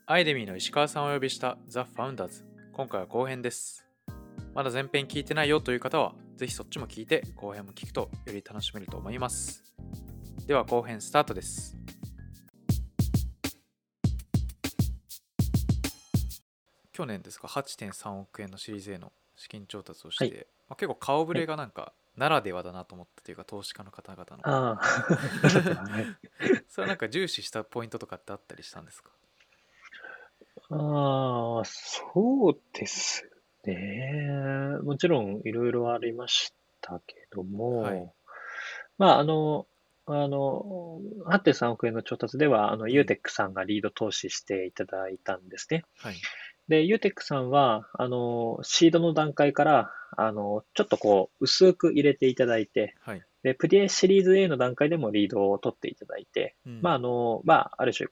アイデミーの石川さんをお呼びしたザ・ファウンダーズ。今回は後編です。まだ前編聞いてないよという方は、ぜひそっちも聞いて後編も聞くとより楽しめると思います。では後編スタートです。去年ですか、8.3億円のシリーズ A の資金調達をしはい。 て、結構顔ぶはい。 れがならではだなと思ったというか、投資家の方々の。 ああ、ならではない。 それは重視したポイントとかってあったりしたんですか？ ああ、そうですね。もちろんいろいろありましたけどはい。 も、まあ、8.3億円の調達では、ユーテックさんがリード投資していただいたんですね。 はい。 で、ユーテックさんは、シードの段階から、ちょっと薄く入れていただいて、 はい。 で、プレイシリーズ A の段階でもリードを取っていただいて、 うん。 ある種、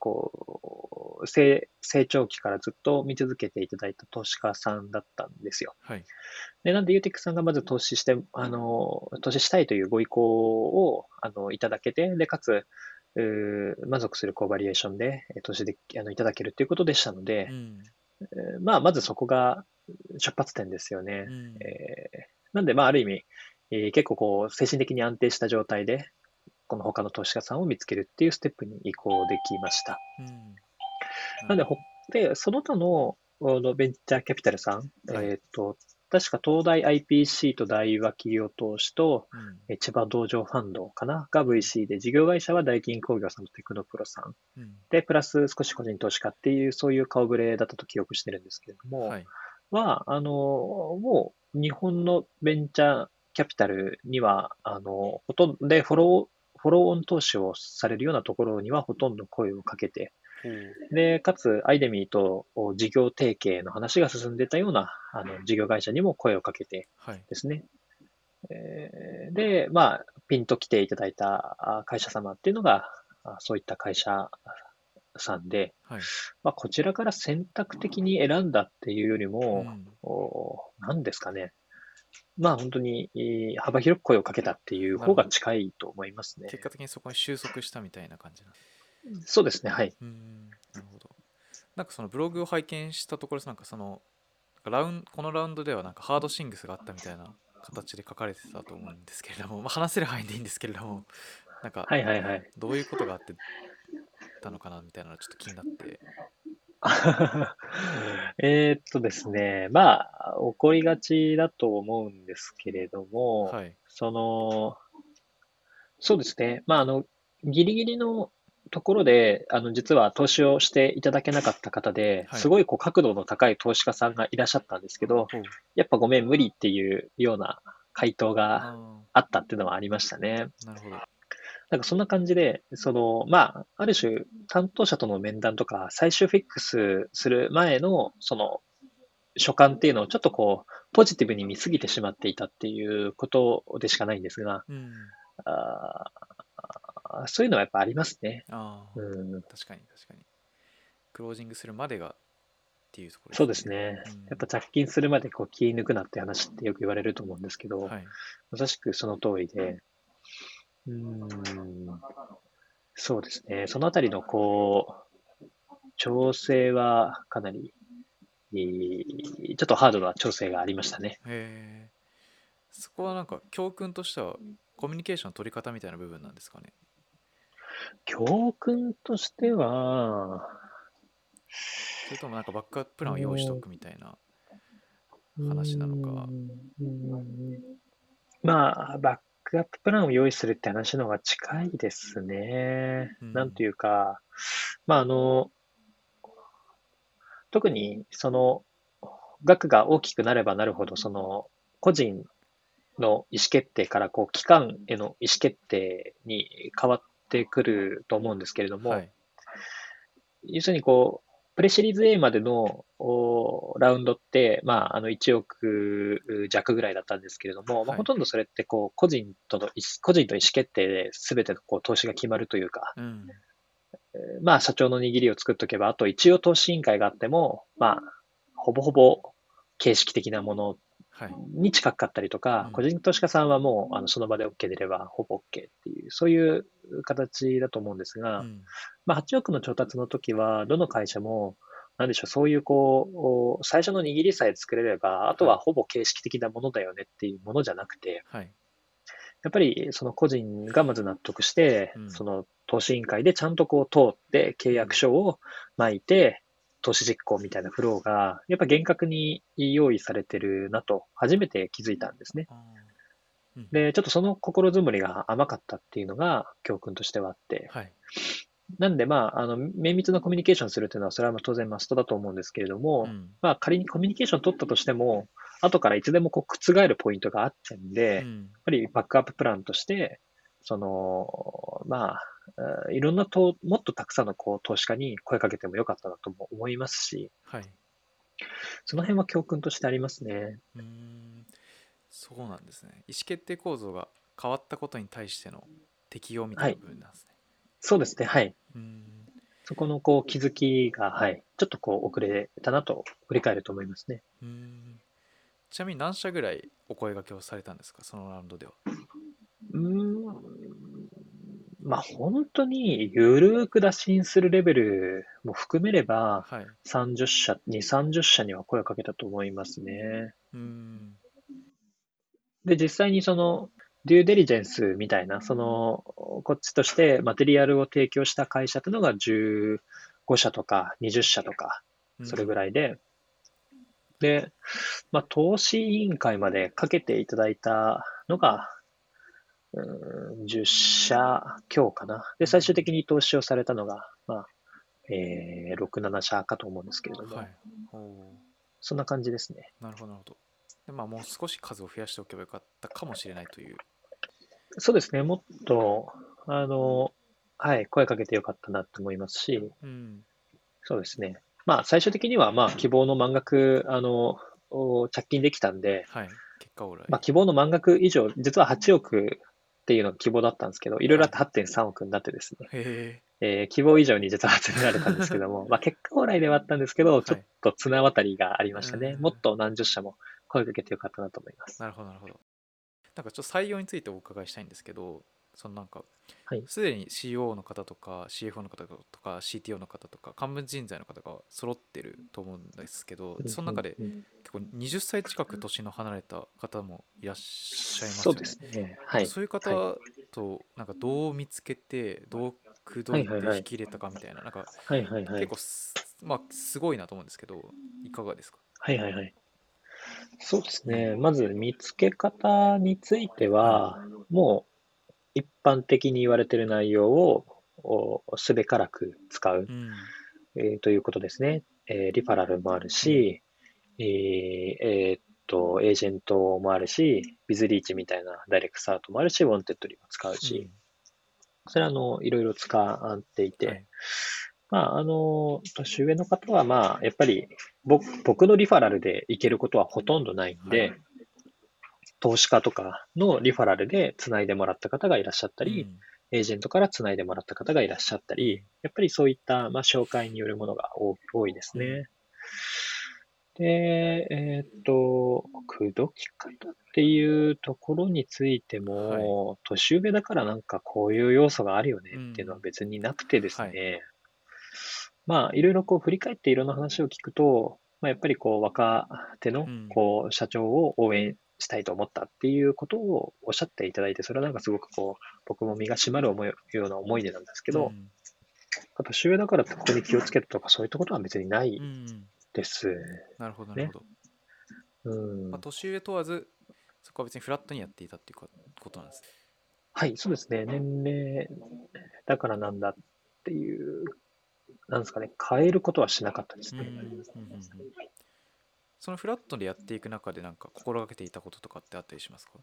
成長期からずっと見続けていただいた投資家さんだったんですよ。 はい。 で、なんでユーテックさんがまず投資したいというご意向を、いただけて、で、かつ、満足するバリエーションで、投資で、いただけるということでしたので、 うん。 まずそこが出発点ですよね。 うん。 なんで、ある意味、結構精神的に安定した状態で、この他の投資家さんを見つけるっていうステップに移行できました。 うん。ななんで、 るほど。 その他のベンチャーキャピタルさん、 はい。 確か東大 IPC と大和企業投資と、 うん。 千葉道場ファンドかながうん。 VC で、事業会社は大金工業さんとテクノプロさん。 うん。 で、プラス少し個人投資家っていう、そういう顔ぶれだったと記憶してるんですけれども、 はい。 もう日本のベンチャーキャピタルには、ほとんどでフォローオン投資をされるようなところにはほとんど声をかけて、 ほう。 で、かつ、アイデミーと事業提携の話が進んでいたような、事業会社にも声をかけてはい。 ですね。で、ピンと来ていただいた会社様っていうのが、そういった会社さんで、 はい。 こちらから選択的に選んだっていうよりも、 うん。 何ですかね。本当に幅広く声をかけたっていう方がなるほど。 近いと思いますね。 結果的にそこに収束したみたいな感じなんです。 そうですね、はい。 なるほど。そのブログを拝見したところ、このラウンドではハードシングスがあったみたいな形で書かれてたと思うんですけれども、話せる範囲でいいんですけれども、なんかはいはいはい。 どういうことがあってたのかなみたいなのがちょっと気になって。 ですね、起こりがちだと思うんですけれども、 はい。 そうですね、ギリギリのところで、実は投資をしていただけなかった方で、 はい。 すごい角度の高い投資家さんがいらっしゃったんですけど、 ほう。 やっぱごめん、無理っていうような回答がああったっていうのはありましたね。 あ、なるほど。 そんな感じで、ある種、担当者との面談とか、最終フィックスする前の、所感っていうのをちょっとポジティブに見すぎてしまっていたっていうことでしかないんですが、 うん。 あそういうのはやっぱありますね。 ああ、 うん、 確かに確かに。クロージングするまでがっていうところでそうすよね。 ですね。 うん。 やっぱ着金するまで気抜くなって話ってよく言われると思うんですけど、 はい。 まさしくその通りで、うん、そうですね。そのあたりの調整はかなり、ちょっとハードな調整がありましたね。 へえ。そこは教訓としてはコミュニケーションの取り方みたいな部分なんですかね。 教訓としては、 それともバックアッププうランを用意しておん、 くみたいなう話なのか。 ん、バックアッププランを用意するって話の方が近いですね。 うん。 なんというか、まあ、あの、特に額が大きくなればなるほど、個人の意思決定から機関への意思決定に変わってくると思うんですけれども、 はい。 要するにプレシリーズ A までのラウンドって、1億弱ぐらいだったんですけれども、 はい。 ほとんどそれって個人と意思決定で全ての投資が決まるというか、 うん。 社長の握りを作っとけば、あと一応投資委員会があっても、ほぼほぼ形式的なものはい。 に近かったりとか、個うん。 人投資家さんはもうその場で OK 出ればほぼ OK っていう、そういう形だと思うんですが、 うん。 8億の調達の時は、どの会社もなんでしょう、そういう最初の握りさえ作れれば、あとはい。 はほぼ形式的なものだよねっていうものじゃなくて、 はい。 やっぱりその個人がまず納得して、 うん。 その投資委員会でちゃんと通って契約うん。 書を巻いて、投資実行みたいなフローが、やっぱ厳格に用意されてるなと、初めて気づいたんですね。 ああ。うん。うん。 で、ちょっとその心づもりが甘かったっていうのが教訓としてはあって、 はい。 なんで、綿密なコミュニケーションするというのは、それは当然マストだと思うんですけれども、 うん。 仮にコミュニケーションを取ったとしても、後からいつでも覆るポイントがあっちゃうんで、やっうん。 ぱりバックアッププランとして、その、まあ、いろんなもっとたくさんの投資家に声かけてもよかったなとも思いますし、 はい。 その辺は教訓としてありますね。 うーん。そうなんですね。意思決定構造が変わったことに対しての適用みたいなはい。 部分なんですね。 そうですね。はい。 うーん。 そこの気づきが、はい。ちょっと遅れたなと振り返ると思いますね。 うーん。ちなみに何社ぐらいお声掛けをされたんですか、そのラウンドでは。 うーん。本当にゆるーく打診するレベルも含めれば、 はい。 30社、2、30社には声をかけたと思いますね。 うーん。 で、実際にその、デューデリジェンスみたいな、こっちとしてマテリアルを提供した会社というのが15社とか20社とか、それぐうん。 らいで、で、投資委員会までかけていただいたのが、10社強かな。で、最終うん。 的に投資をされたのが、6、7社かと思うんですけれども、 はい。おお。 そんな感じですね。 なるほど、なるほど。で、まあ、もう少し数を増やしておけばよかったかもしれないという。 そうですね、もっと、あの、はい、声かけてよかったなと思いますし、 うん。 そうですね。最終的には、希望の満額、着金できたんで、 はい。結果オーライ。 希望の満額以上、実は8億っていうのが希望だったんですけど、いろいろはい。 あって8.3億になってですね、 へえ。 希望以上に実は集められたんですけども、結果オーライではあったんですけど、ちょっはい。 と綱渡りがありうーましたね。もっん。 と何十社も声かけてよかったなと思います。 なるほど、なるほど。なんかちょっと採用についてお伺いしたいんですけど、そのなんか、 はい。 すでに CEO の方とか CFO の方とか CTO の方とか幹部人材の方が揃ってると思うんですけど、 うんその中でうんうん、 結構20歳近く年の離れた方もいらっしゃいまそうですよね。 すね。はい。 なんかそういうはい。 方となんかどう見つけてどう口説いはいはいはい。 て引き入れたかみたいな、なんかはいはいはい。 結構まあすごいなと思うんですけど、いかがですか？ はいはいはい。そうですね。まず見つけ方についてはい。 は、もう一般的に言われている内容をすべからく使う、 うん。 ということですね。リファラルもあるうん。 し、エージェントもあるし、ビズリーチみたいなダイレクトスタートもあるし、ウォンテッドリーも使うし、 うん。 それはいろいろ使っていて、 はい。 年上の方はやっぱり僕のリファラルでいけることはほとんどないんはい。 で、投資家とかのリファラルで繋いでもらった方がいらっしゃったり、 うん。 エージェントから繋いでもらった方がいらっしゃったうん。 り、やっぱりそういった、紹介によるものが多いですうん。 ね。で、口説き方っていうところについてはい。 も、年上だからなんかこういう要素があるよねっていうのはうん。 別になくてですはい。 ね、いろいろ振り返っていろんな話を聞くと、やっぱり若手のうん。 社長を応援したいと思ったっていうことをおっしゃっていただいて、それはなんかすごく僕も身が締まるような思い出なんですけど、 うん。 年上だからってここに気をつけたとかそういったことは別にないうん。 ですなるほど、なるほね。 ど。 うまあ、 ん。 年上問わず、そこは別にフラットにやっていたっていうことなんです。 はい、そうですね。年齢だからなんだっていう、なんですかね、変えることはしなかったですね。 うん。うん。うん。うん。そのフラットでやっていく中でなんか心がけていたこととかってあったりしますか？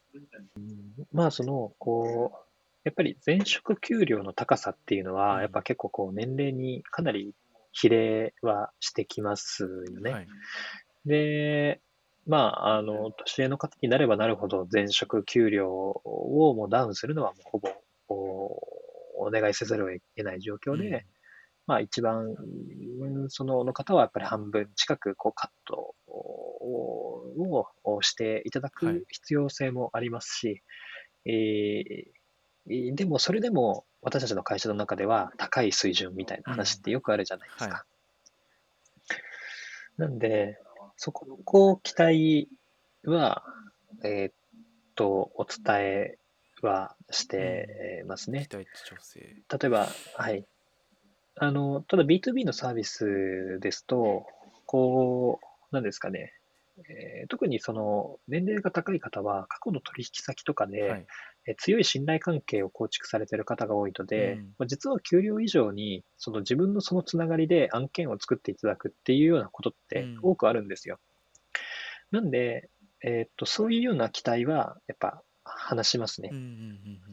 やっぱり前職給料の高さっていうのは、やっぱうん。 結構年齢にかなり比例はしてきますよね。 はい。 で、年上の方になればなるほど前職給料をもうダウンするのはもうほぼお願いせざるを得ない状況で、 うん。 一番、の方はやっぱり半分近くカットをしていただはい。 く必要性もありますし、えでもそれでも私たちの会社の中では高い水準みたいなうん。 話ってよくあるじゃないですはい。 か。 なんで、そこのこう期待は、えーっお伝えはしうん。 てますね。 期待値調整。 例えば、はい。ただ B2B のサービスですと、こう、なんですかね。特にその年齢が高い方は過去の取引先とかで、 はい。 強い信頼関係を構築されている方が多いので、 うん。 実は給料以上にその自分のそのつながりで案件を作っていただくっていうようなことってうん。 多くあるんですよ。なんで、そういうような期待はやっぱ話しますね。 うん。うん。うん。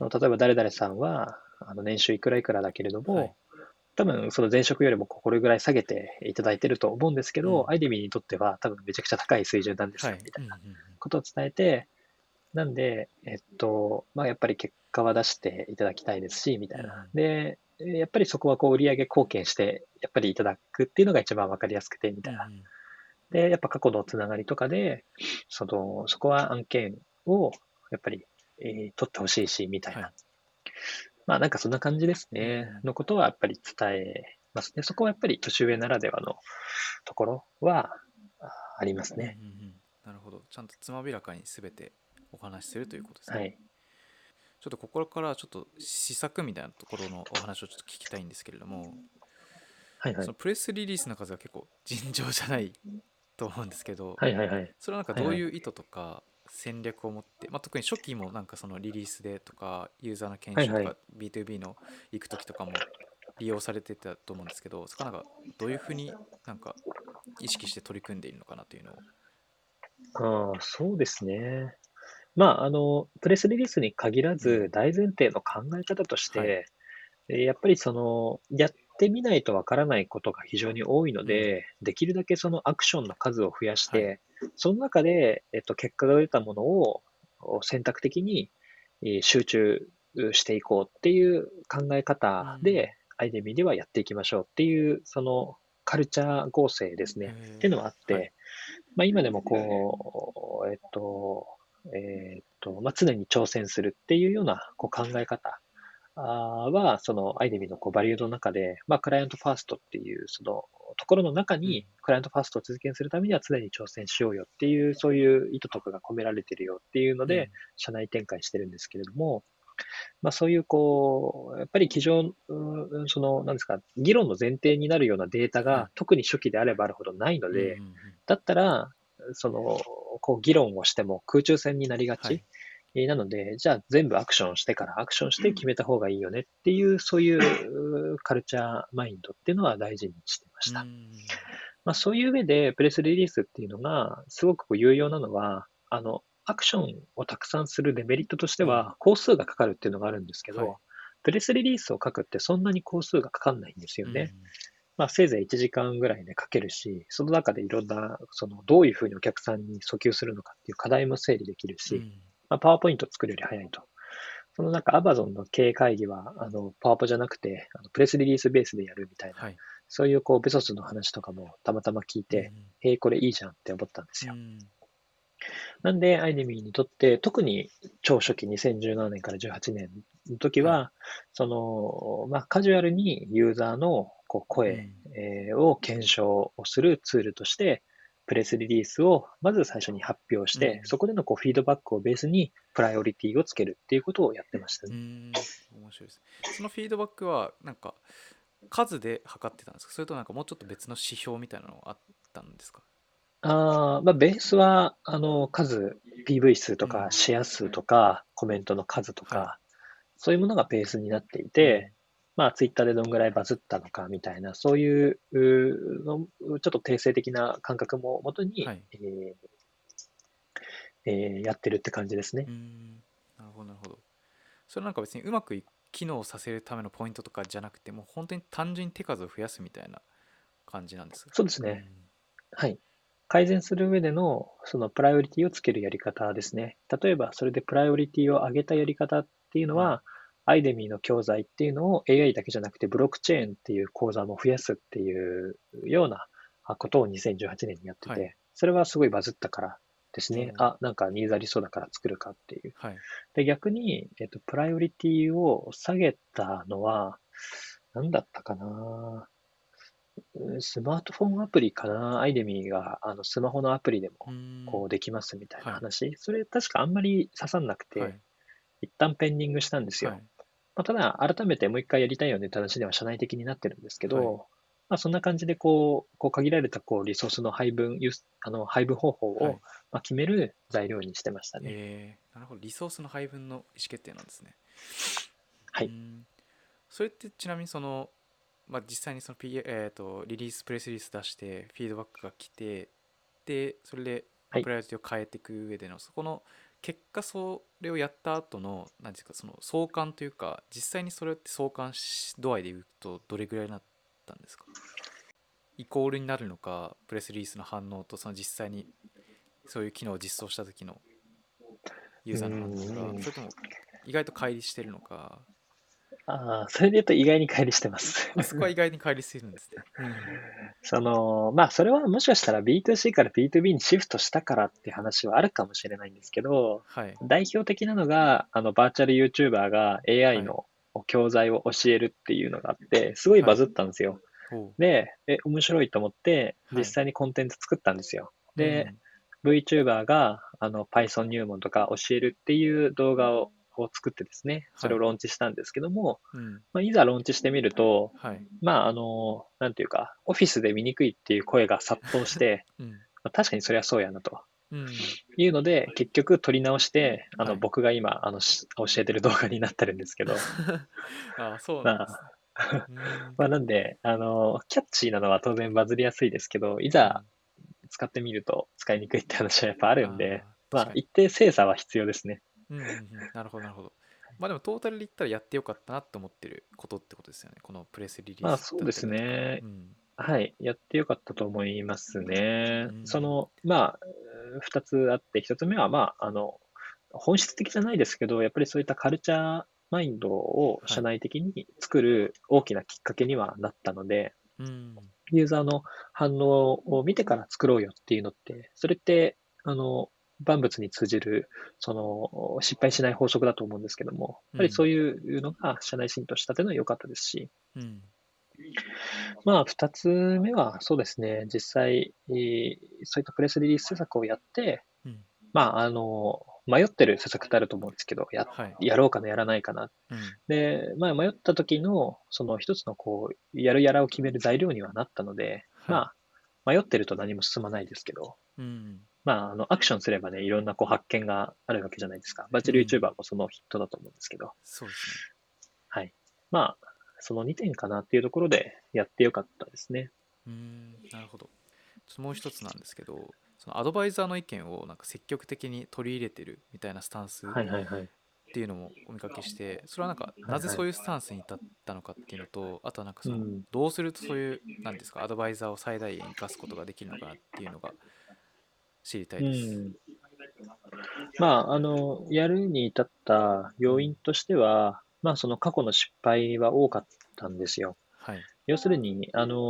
例えば誰々さんは年収いくらいくらだけれどはい。 も、多分その前職よりもこれぐらい下げていただいてると思うんですけど、 うん。 アイデミにとっては多分めちゃくちゃ高い水準なんですよ、 はい。 みたいなうん。うん。 ことを伝えて、なんで、やっぱり結果は出していただきたいですし、みたいな。 うん。うん。 で、やっぱりそこはこう売上貢献して、やっぱりいただくっていうのが一番わかりやすくて、みうん。うたいな。 ん。 で、やっぱ過去のつながりとかで、そこは案件を、やっぱり、取ってほしいし、みたいな。 はい。 まあなんかそんな感じですね。 うん。 のことはやっぱり伝えますね。そこはやっぱり年上ならではのところはありますうん。うん。うね。 ん。なるほど。ちゃんとつまびらかに全てお話しするということですね。 はい。 ちょっとここからちょっと施策みたいなところのお話をちょっと聞きたいんですけれども、 はいはい。 そのプレスリリースの数が結構尋常じゃないと思うんですけど、 はいはいはい。 それはなんかどうはいはい。 いう意図とか戦略を持って、まあ、特に初期もなんかそのリリースでとかユーザーの研修とかはいはい。 B2B の行く時とかも利用されてたと思うんですけど、そこはなんかどういうふうになんか意識して取り組んでいるのかなというのを。 ああ、そうですね。まあ、プレスリリースに限らず、 うん。 大前提の考え方としはい。 て、やっぱりやってみないとわからないことが非常に多いのうん。 で、できるだけそのアクションの数を増やしはい。 て、その中で、結果が出たものを選択的に集中していこうっていう考えうん。 方で、アイデミではやっていきましょうっていう、そのカルチャー構成ですね。っていうへえ。 のはあっはい。 て、まあ、今でも常に挑戦するっていうような考え方は、そのアイデミのバリューの中で、まあ、クライアントファーストっていうそのところの中うん。 に、クライアントファーストを実現するためには常に挑戦しようよっていう、そういう意図とかが込められているよっていうので、 うん。 社内展開してるんですけれども、まあ、そういうやっぱりなんですか、議論の前提になるようなデータはい。 が特に初期であればあるほどないのうん。うん。うで、 ん。 だったら、議論をしても空中戦になりがち。 はい。 なので、じゃあ全部アクションしてからアクションして決めた方がいいよねっていう、そういうカルチャーマインドっていうのは大事にしてまうした。 ん。 まあそういう上でプレスリリースっていうのがすごく有用なのは、アクションをたくさんするデメリットとしてうん。 は、工数がかかるっていうのがあるんですけはい。 ど、プレスリリースを書くってそんなに工数がかかんないんですよね。 うん。 まあ、せいぜい1時間ぐらいで書けるし、その中でいろんな、どういうふうにお客さんに訴求するのかっていう課題も整理できるし、 うん。 まあ、パワーポイントを作るより早いと。そのAmazon の経営会議は、パワポじゃなくて、プレスリリースベースでやるみたいな、 はい。 そういうベソスの話とかもたまたま聞いて、 うん。 これいいじゃんって思ったんですよ。 うん。 なんで、アイデミーにとって、特に超初期2017年から18年の時はい。 は、まあ、カジュアルにユーザーの声、 うん。 を検証をするツールとして、プレスリリースをまず最初に発表して、 うん。 そこでのフィードバックをベースにプライオリティをつけるっていうことをやってましたうね。 ん。面白いです。そのフィードバックはなんか数で測ってたんですか、それとなんかもうちょっと別の指標みたいなのがあったんですか？ まあ、ベースは、PV 数とか、 うん。 シェア数とか、コメントの数とはい。 か、そういうものがベースになっていうん。 て、まあ、ツイッターでどんぐらいバズったのかみたいな、そういうちょっと定性的な感覚ももとに、 はい。 やってるって感じですね。 うん。なるほど、なるほど。それなんか別にうまく機能させるためのポイントとかじゃなくて、もう本当に単純に手数を増やすみたいな感じなんですか？ そうですね。 うん。 はい。改善する上での、そのプライオリティをつけるやり方ですね。例えば、それでプライオリティを上げたやり方っていうのうん。 は、アイデミーの教材っていうのを AI だけじゃなくて、ブロックチェーンっていう講座も増やすっていうようなことを2018年にやってはい。 て、それはすごいバズったからですね。 おー。 あ、なんかニーズありそうだから作るかっていう。 はい。 で、逆に、プライオリティを下げたのは、何だったかな。 スマートフォンアプリかな、アイデミーが、スマホのアプリでうーも、こん。 う、できますみたいなはい。 話。それ、確かあんまり刺さんなくて、 はい。 一旦ペンディングしたんですよ。 はい。 まあ、ただ、改めてもう一回やりたいよねって話では社内的になってるんですけはい。 ど、まあ、そんな感じで、こう限られた、リソースの配分、配分方法を、 はい。 まあ、決める材料にしてましたね。 なるほど。リソースの配分の意思決定なんですね。 はい。 うーん。それってちなみにまあ、実際にリリース、プレスリリース出して、フィードバックが来て、で、それで、まあ、 はい。 プライオリティを変えていく上での、そこの結果、それをやった後の、何ですか、その相関というか、実際にそれって相関度合いで言うと、どれぐらいになったんですか？イコールになるのか、プレスリリースの反応と、その実際にそういう機能を実装した時のユうーザーの反応が、 ーん。 それとも意外と乖離してるのか、 それで言うと意外に乖離してます。 あそこは意外に乖離してるんですね。うん。 まあ、それはもしかしたら B2C から B2B にシフトしたからっていう話はあるかもしれないんですけど、 はい。 代表的なのが、バーチャル YouTuber が AI はい。 の教材を教えるっていうのがあって、すごいはい。 バズったんですよ。 おう。 で、面白いと思って、実はい。 際にコンテンツ作ったんですよ。で、 うん。 VTuber がPython 入門とか教えるっていう動画を作ってですね、そはい。 れをローンチしたんですけども、 うん。 まあ、いざローンチしてみると、 はい。 まあ、なんていうか、オフィスで見にくいっていう声が殺到して、 うん。 まあ、確かにそれはそうやなとうん。 いうので、結局取り直して、 はい。 僕が今、教えてる動画になってるんですけど、 ああ、そうなんまですね。 あ、 うーん。 まあなんで、キャッチーなのは当然バズりやすいですけど、いざうん。 使ってみると使いにくいって話はやっぱあるんで、 ああ、 まあ確かに。 一定精査は必要ですね。 うんうんうん。なるほど、なるほど。まあでもトータルで言ったらやってよかったなって思ってることってことですよね。このプレスリリーまあスだっそうですたりだとか。 ね。 うん。 はい。やってよかったと思いますね。 うん。 まあ、二つあって、一つ目は、まあ、本質的じゃないですけど、やっぱりそういったカルチャーマインドをはい。 社内的に作る大きなきっかけにはなったので、 うん。 ユーザーの反応を見てから作ろうよっていうのって、それって、万物に通じる、失敗しない法則だと思うんですけども、やっぱりそううん。 いうのが社内浸透したというのは良かったですし、 うん。 まあ、二つ目は、そうですね、実際、そういったプレスリリース施策をやって、 うん。 まあ、迷ってる施策ってあると思うんですけど、 はい。 やろうかな、やらないかな。 うん。 で、まあ、迷った時の、その一つのやるやらを決める材料にはなったので、 はい。 まあ、迷ってると何も進まないですけど、 うん。 まあ、アクションすればね、いろんな発見があるわけじゃないですか。バーチャルうん。 YouTuber もそのヒットだと思うんですけど、 そうですね。 はい。まあ、その2点かなっていうところでやってよかったですね。 うーん。なるほど。ちょっともう一つなんですけど、そのアドバイザーの意見をなんか積極的に取り入れてるみたいなスタンスっはいはいはい。 ていうのもお見かけして、それはなんかなぜはいはい。 そういうスタンスに至ったのかっていうのと、あとはなんかうん。 どうするとそういうなんですか、アドバイザーを最大限生かすことができるのかなっていうのが知りたいうです。 ん。まあ、やるに至ったうん。 要因としては、まあ、その過去の失敗は多かったんですよ。 はい。 要するに、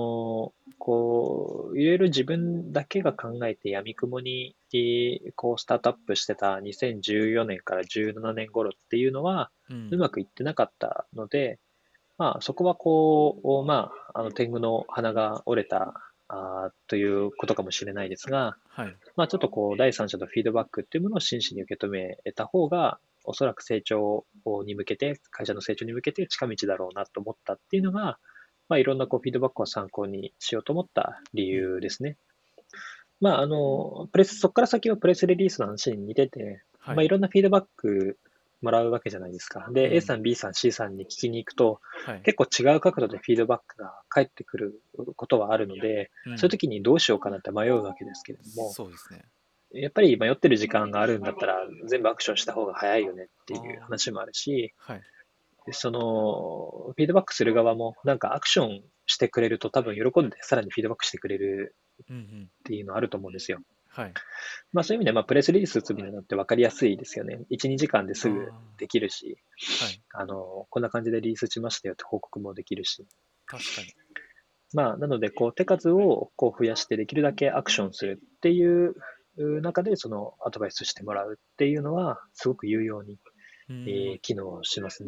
いろいろ自分だけが考えて闇雲に、スタートアップしてた2014年から17年頃っていうのは、 うん。 うまくいってなかったので、まあ、そこはまあ、天狗の鼻が折れた、ということかもしれないですが、 はい。 まあ、ちょっと第三者のフィードバックっていうものを真摯に受け止めた方が、おそらく成長に向けて、会社の成長に向けて近道だろうなと思ったっていうのが、まあ、いろんなフィードバックを参考にしようと思った理うん。 由ですね。まあ、そこから先はプレスリリースの話に似てて、まあ、いはい。 ろんなフィードバックもらうわけじゃないですか。で、A さうん。 ん、B さん、C さんに聞きに行くと、 はい。 結構違う角度でフィードバックが返ってくることはあるので、そういううん。 時にどうしようかなって迷うわけですけれども、 そうですね。 やっぱり迷ってる時間があるんだったら全部アクションした方が早いよねっていうあ話もあるし、 あ。はい。 フィードバックする側もなんかアクションしてくれると多分喜んでさらにフィードバックしてくれるうんうん。 っていうのあると思うんですよ。 はい。 まあそういう意味で、まあプレスリリース打つみたいなのって分かりやすいですよね。1、2時間ですぐあできるし、 あ。はい。 こんな感じでリリースしましたよって報告もできるし。 確かに。 まあなので、手数を増やしてできるだけアクションするっていう中でそのアドバイスしてもらうっていうのはすごく有用に、 うーん。 機能しますね。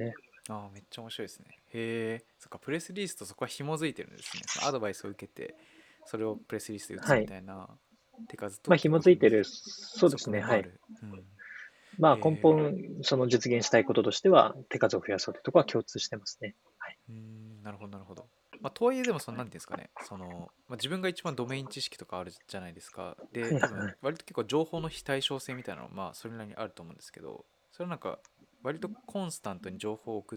ああ、めっちゃ面白いですね。へえ、そっか、プレスリリースとそこは紐づいてるんですね。そのアドバイスを受けて、それをプレスリリースで打つはい。 みたいな手数とまあ、 結構紐づいてる、そうですね。はい。 側面もある。うん。 まあ、根へえ、 本、その実現したいこととしては、手数を増やそうというところは共通してますね。はい。 なるほど、なるほど。まあ、とはいえでも、その、なんていうんですかね、その、まあ、自分が一番ドメイン知識とかあるじゃないですか。で、多分、 はいはいはい。 割と結構情報の非対称性みたいなのは、まあ、それなりにあると思うんですけど、それはなんか、割とコンスタントに情報を送って、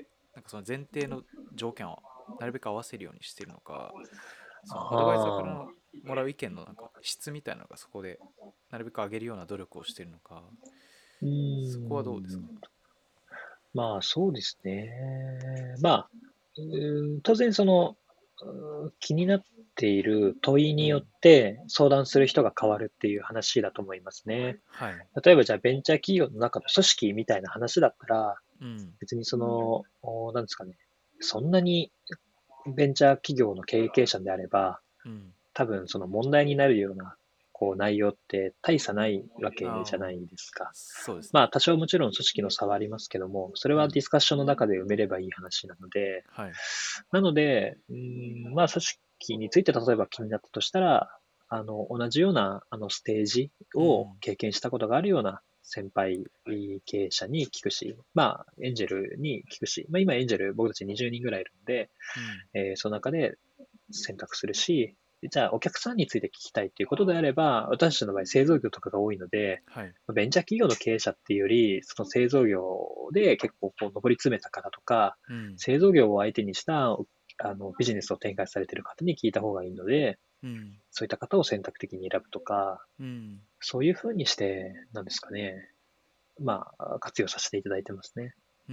なんかその前提の条件をなるべく合わせるようにしてるのか、そのアドバイザーからああ、 のもらう意見のなんか質みたいなのがそこでなるべく上げるような努力をしてるのか、 うーそこはどうですか？ ん。まあ、そうですね。まあ、当然気になっている問いによっうん。 て相談する人が変わるっていう話だと思いますね。 はい。 例えばじゃあベンチャー企業の中の組織みたいな話だったら、 うん。 別になんですかね、そんなにベンチャー企業の経営者であれば、 うん。 多分その問題になるような内容って大差ないわけじゃなああ、 いですか。 そうですね。 まあ多少もちろん組織の差はありますけども、それうん。 はディスカッションの中で埋めればいい話なので、 はい。 なので、まあ組織について例えば気になったとしたら、同じようなステージをうん。 経験したことがあるような先輩経営者に聞くし、まあエンジェルに聞くし、まあ今エンジェル僕たち20人ぐらいいるので、 うん。 その中で選択するし、じゃあお客さんについて聞きたいっていうことであれば、私たちの場合製造業とかが多いので、 はい。 ベンチャー企業の経営者っていうより、その製造業で結構上り詰めた方とか、 うん。 製造業を相手にしたビジネスを展開されている方に聞いた方がいいので、 うん。 そういった方を選択的に選ぶとか、 うん。 そういうふうにして、なんですかね、まあ、活用させていただいてますね。 うん。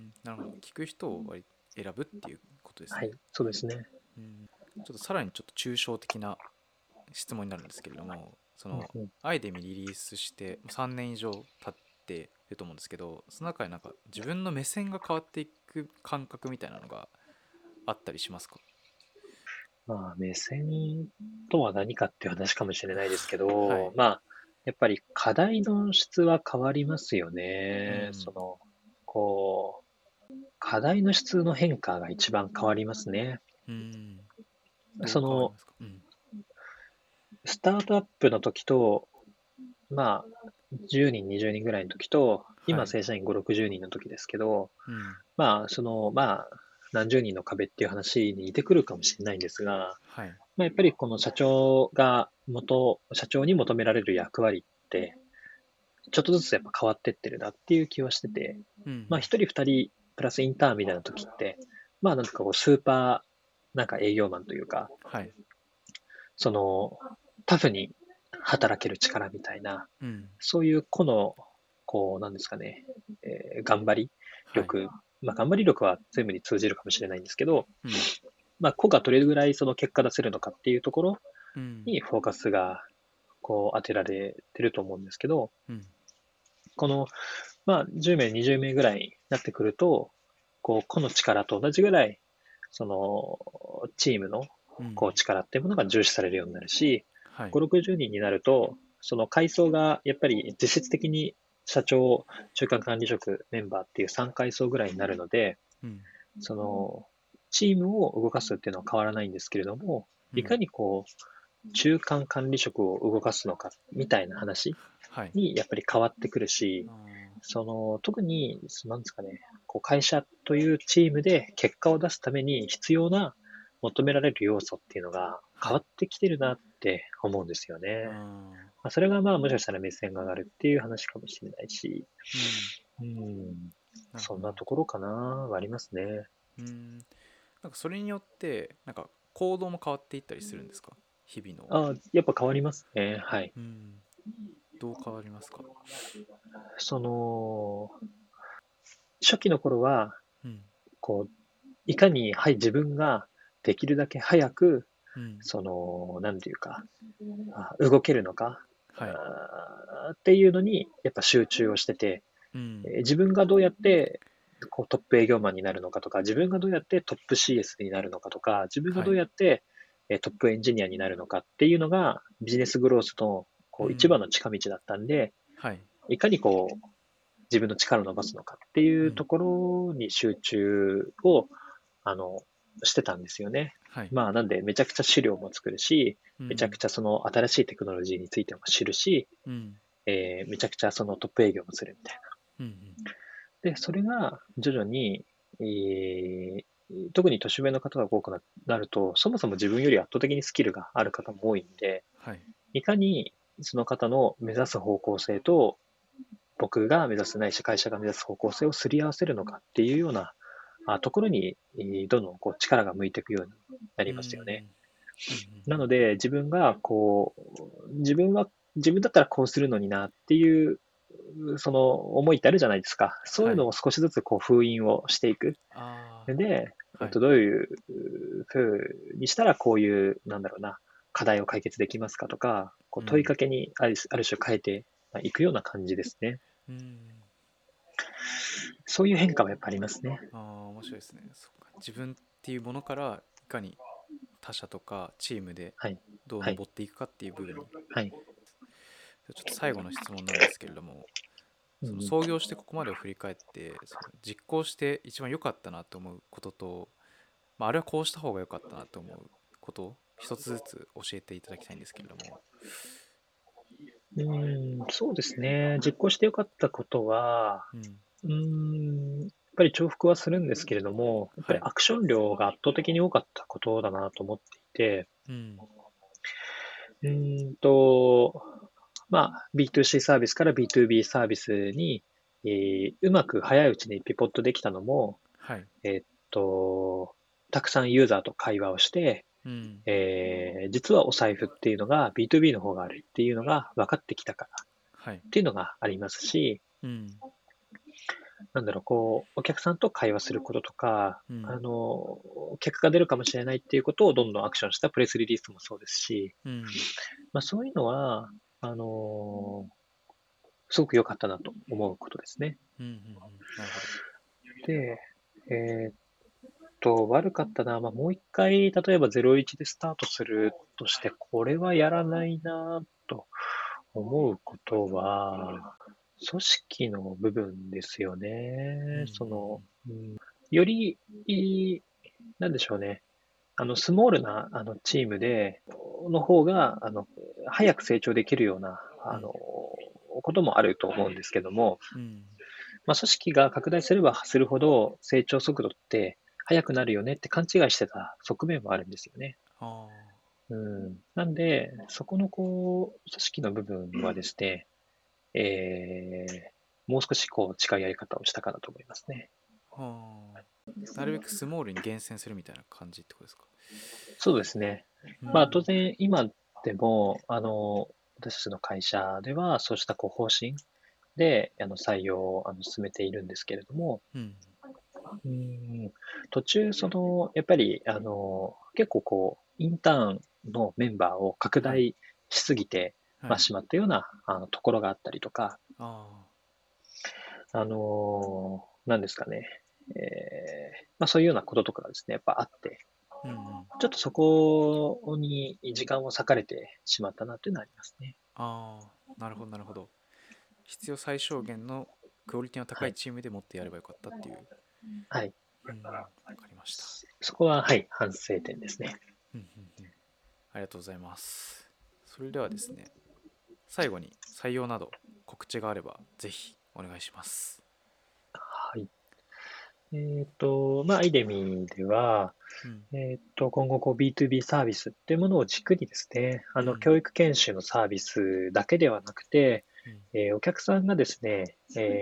なるほど。聞く人を割り選ぶっていうことですね。 はい、そうですね。 うん。ちょっとさらにちょっと抽象的な質問になるんですけれども、その、 うんうん、 アイデミリリースして3年以上経っていると思うんですけど、その中でなんか自分の目線が変わっていく感覚みたいなのがあったりしますか？ まあ、目線とは何かっていう話かもしれないですけど、 はい。 まあ、やっぱり課題の質は変わりますよね。 うん。 こ課題の質の変化が一番変わりますね。 うん。どうその、 変わりますか？うん。 スタートアップの時と、まあ、10人、20人ぐらいの時と、 はい。 今正社員5、60人の時ですけど、 うん。 まあ、何十人の壁っていう話に似てくるかもしれないんですが、 はい。 まあ、やっぱりこの社長に求められる役割って、ちょっとずつやっぱ変わってってるなっていう気はしてて、まあ、 うん。 一人二人プラスインターンみたいな時って、まあ、なんかスーパー、なんか営業マンというか、 はい。 その、タフに働ける力みたいな、 うん。 そういう個の、なんですかね、頑張りはい。 力、まあ、頑張り力は全部に通じるかもしれないんですけど、 うん。 まあ、個がどれぐらいその結果出せるのかっていうところうん。 にフォーカスが、当てられてると思うんですけど、 うん。 この、まあ、10名、20名ぐらいになってくると、個の力と同じぐらい、チームの、 うん。 力っていうものが重視されるようになるし、 はい。 5、60人になると、その階層がやっぱり実質的に社長、中間管理職、メンバーっていう3階層ぐらいになるので、 うん。 その、チームを動かすっていうのは変わらないんですけれども、いかうん。 に中間管理職を動かすのか、みたいな話はい。 にやっぱり変わってくるし、 あー、 特に、なんですかね、会社というチームで結果を出すために必要な求められる要素っていうのがはい。 変わってきてるなって思うんですよあね。 ー、 まあ、それがまあもしかしたら目線が上がるっていう話かもしれないし、 うん。 うん、 なるほど、なるほど。 そんなところかな、はありますね。 うん。なんかそれによって、なんか行動も変わっていったりするんですか？日々の。 やっぱ変わりますね。はい。 うん。どう変わりますか？ その、初期の頃は、 うん。 いかに、はい、自分ができるだけ早く、 うん。 なんていうか、動けるのか、 はい。 っていうのに、やっぱ集中をしてて、 うん。 自分がどうやってトップ営業マンになるのかとか、自分がどうやってトップ CS になるのかとか、自分がどうはい。 やってトップエンジニアになるのかっていうのが、ビジネスグロースの一番うん。 の近道だったんで、 はい。 いかに自分の力を伸ばすのかっていうとうん。 ころに集中を、あの、してたんですよね。 はい。 まあ、なんで、めちゃくちゃ資料も作るし、めちゃくうん。 ちゃその新しいテクノロジーについても知るし、 うん。 めちゃくちゃそのトップ営業もするみたいな。 うん。 で、それが徐々に、特に年上の方が多くなると、そもそも自分より圧倒的にスキルがある方も多いんで、 はい。 いかにその方の目指す方向性と、僕が目指すないし、会社が目指す方向性をすり合わせるのかっていうようなところに、どんどんこう力が向いていくようになうりますよね。 ん。うん。うん。 なので、自分がこう、自分だったらこうするのになっていう、その思いってあるじゃないですか。そういはい。 うのを少しずつこう封印をしていく。 あで、 あ、はい。 どういうふうにしたらこういう、なんだろうな、課題を解決できますかとか、こう問いうん。 かけにある種変えていくような感じですね。 うん。 そういう変化はやっぱありますね。 ああ、面白いですね。そっか。自分っていうものからいかに他者とかチームではい。 どうはい。 登っていくかっていう部分に。 はい。 ちょっと最後の質問なんですけれども、そのうんうん。 創業してここまでを振り返って、その実行して一番良かったなと思うことと、まあ、あれはこうした方が良かったなと思うことを一つずつ教えていただきたいんですけれども。 そうですね。実行してよかったことは、 うん。 やっぱり重複はするんですけれども、やっぱはい。 りアクション量が圧倒的に多かったことだなと思っていて、 うん。 うーんと、まあ、B2C サービスから B2B サービスに、うまく早いうちにピポットできたのも、 はい。 えーっと、たくさんユーザーと会話をして、 うん。 実はお財布っていうのが B2B の方があるっていうのが分かってきたからはい。 っていうのがありますし、 うん。 なんだろう、こう、お客さんと会話することとか、 うん。 結果が出るかもしれないっていうことをどんどんアクションしたプレスリリースもそうですし、 うん。 まあそういうのは、あの、すごく良かったなと思うことですね。 うん。うん。うん。なるほど。 で、えーっ悪かったな、まあもう一回、例えば01でスタートするとして、これはやらないなと思うことは、組織の部分ですようん。うね。 ん。 より、なんでしょうね。スモールな、チームで、の方が、早く成長できるような、 うん。 こともあると思うんですけども、 うん。 まあ、組織が拡大すればするほど成長速度って速くなるよねって勘違いしてた側面もあるんですよね。 ああ。 なんで、そこのこう、組織の部分はですね、もう少しこう近いやり方をしたかなと思いますね。 はあ。なるべくスモールに厳選するみたいな感じってことですか？ そうですね。まあ当うん。 然今でも、私たちの会社ではそうしたこう方針で採用を進めているんですけれども、 うん。 うん、途中やっぱり結構こう、インターンのメンバーを拡はい。 大しすぎて、まあ、 はい。 しまったようなところがあったりとか、 あなんですかね、まあそういうようなこととかがですね、やっぱあって、 あ。うん。うん。 ちょっとそこに時間を割かれてしまったなというのはありますね。 ああ。なるほど、なるほど。必要最小限のクオリティの高はい。 いチームでもってやればよかったっていう。 はい。 うん。わかりました。 そこは、はい、反省点ですね。 うん。うん。うん。ありがとうございます。それではですね、最後に採用など告知があればぜひお願いします。 はい。まあ、アイデミでは、 うん。 今後こう B2B サービスっていうものを軸にですね、 うん。 教育研修のサービスだけではなくて、 うん。 お客さんがですね、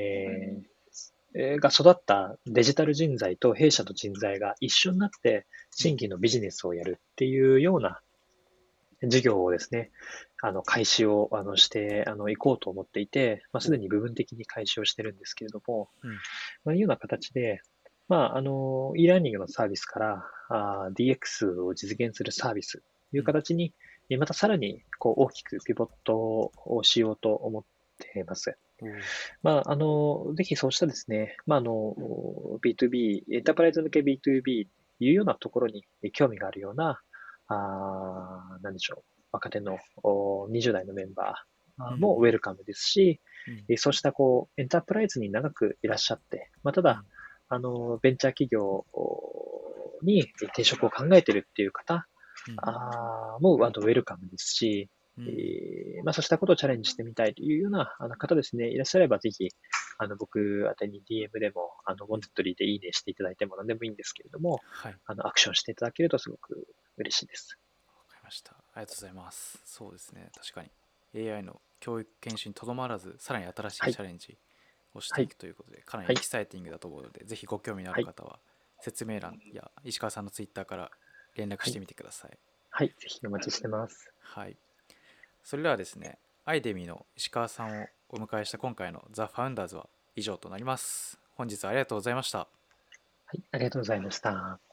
が育ったデジタル人材と弊社の人材が一緒になってうん。 新規のビジネスをやるっていうような事業をですね、開始をしていこうと思っていて、まあ、すほう。 でに部分的に開始をしてるんですけれども、 うん。 まあ、いうような形で、まあ、e ラーニングのサービスからDX を実現するサービスというん。 う形に、またさらにこう大きくピボットをしようと思っています。 おお。 まあ、ぜひそうしたですね、まあ、B2B、エンタープライズ向け B2B というようなところに興味があるような、なんでしょう、若手の20代のメンバーうん。 もウェルカムですし、 うん。 そうしたこう、エンタープライズに長くいらっしゃって、ただ、 うん。 ベンチャー企業に転職を考えているっていう方うん。 もウェルカムですし、 うん。 そうしたことをチャレンジしてみたいというような方ですね、いらっしゃればぜひ、僕宛てに DM でも、ウォうん。 ンテッドリーでいいねしていただいても何でもいいんですけれども、 はい。 アクションしていただけるとすごく嬉しいです。 わかりました。ありがとうございます。そうですね。確かに AI の教育研修にとどまらず、さらに新しいはい、 チャレンジをしていはい、 くということで、かなりはい、 エキサイティングだと思うので、ぜひご興味のあはい、 る方は、説明欄や石川さんのツイッターから連絡はい、 してみてください。 はい、ぜひお待ちしてます。 はい。それではですね、アイデミの石川さんをお迎えした今回のザ・ファウンダーズは以上となります。本日はありがとうございました。 はい、ありがとうございました。